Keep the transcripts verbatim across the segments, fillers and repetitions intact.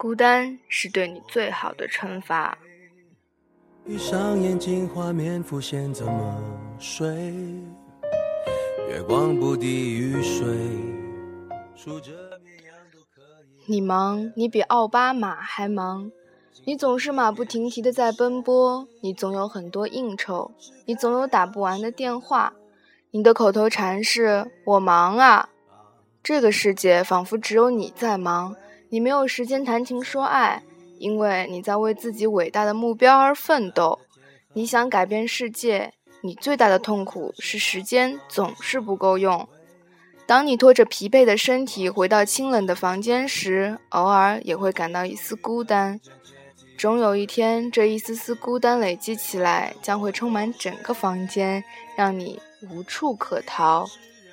孤单是对你最好的惩罚。 闭上眼睛，画面浮现，怎么睡？月光不敌雨水，数着绵羊都可以。 你忙，你比奥巴马还忙，你总是马不停蹄地在奔波，你总有很多应酬，你总有打不完的电话，你的口头禅是我忙啊。这个世界仿佛只有你在忙，你没有时间谈情说爱，因为你在为自己伟大的目标而奋斗。你想改变世界，你最大的痛苦是时间总是不够用。当你拖着疲惫的身体回到清冷的房间时，偶尔也会感到一丝孤单。终有一天，这一丝丝孤单累积起来，将会充满整个房间，让你无处可逃。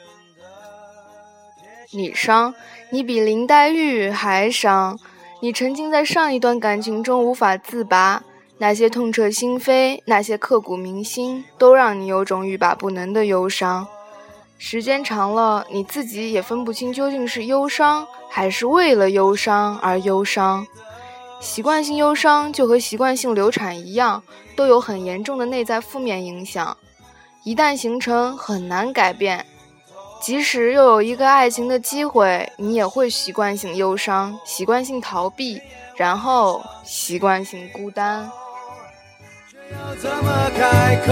你伤，你比林黛玉还伤，你沉浸在上一段感情中无法自拔，那些痛彻心扉，那些刻骨铭心，都让你有种欲罢不能的忧伤。时间长了，你自己也分不清究竟是忧伤，还是为了忧伤而忧伤。习惯性忧伤就和习惯性流产一样，都有很严重的内在负面影响，一旦形成很难改变。即使又有一个爱情的机会，你也会习惯性忧伤，习惯性逃避，然后习惯性孤单。 要怎么开口？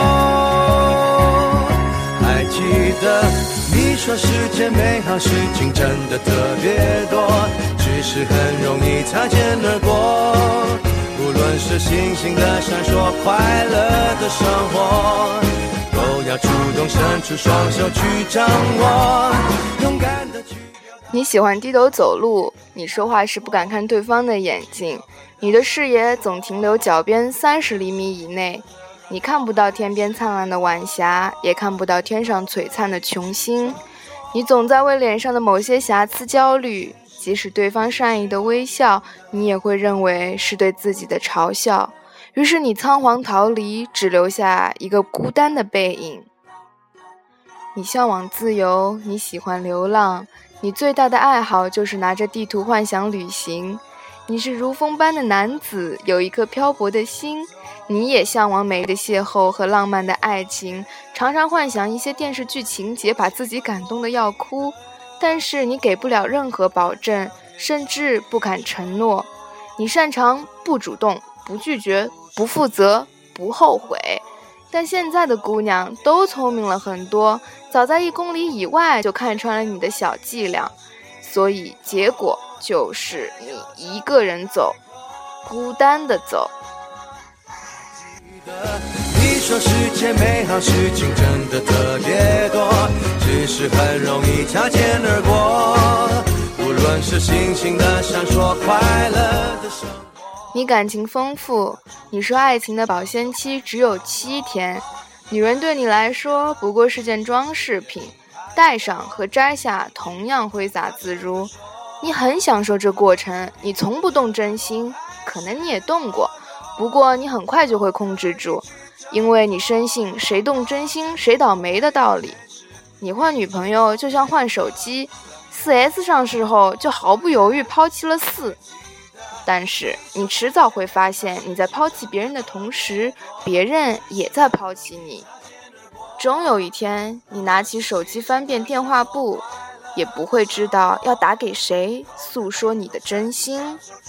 还记得你说世界美好事情真的特别多，只是很容易擦肩而过。无论是星星的闪烁，快乐的生活，都要主动伸出双手去掌握，勇敢的去。 你喜欢低头走路，你说话时不敢看对方的眼睛，你的视野总停留脚边三十厘米以内，你看不到天边灿烂的晚霞，也看不到天上璀璨的琼星。你总在为脸上的某些瑕疵焦虑，即使对方善意的微笑，你也会认为是对自己的嘲笑。于是你仓皇逃离，只留下一个孤单的背影。你向往自由，你喜欢流浪，你最大的爱好就是拿着地图幻想旅行。你是如风般的男子，有一颗漂泊的心，你也向往美丽的邂逅和浪漫的爱情，常常幻想一些电视剧情节，把自己感动得要哭。但是你给不了任何保证，甚至不敢承诺。你擅长不主动、不拒绝、不负责、不后悔。但现在的姑娘都聪明了很多，早在一公里以外就看穿了你的小伎俩，所以结果就是你一个人走，孤单的走。 你说世界美好事情真的特别多，只是很容易擦肩而过。无论是星星的闪烁，快乐的生活。 你感情丰富，你说爱情的保鲜期只有七天，女人对你来说不过是件装饰品，戴上和摘下同样挥洒自如。你很享受这过程，你从不动真心，可能你也动过，不过你很快就会控制住，因为你深信谁动真心谁倒霉的道理。你换女朋友就像换手机， 四 S 上市后就毫不犹豫抛弃了四，但是你迟早会发现，你在抛弃别人的同时，别人也在抛弃你。终有一天，你拿起手机翻遍电话簿，也不会知道要打给谁诉说你的真心。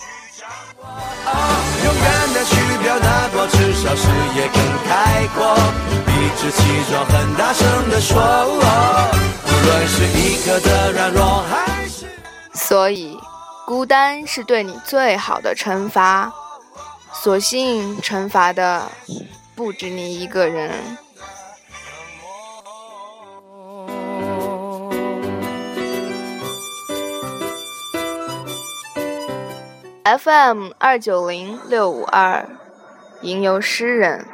勇敢的去表达过，至少视野更开阔，理直气壮很大声的说，无论是一刻的软弱还是。 所以孤单是对你最好的惩罚，所幸惩罚的不止你一个人。F M 二九零六五二，吟游诗人。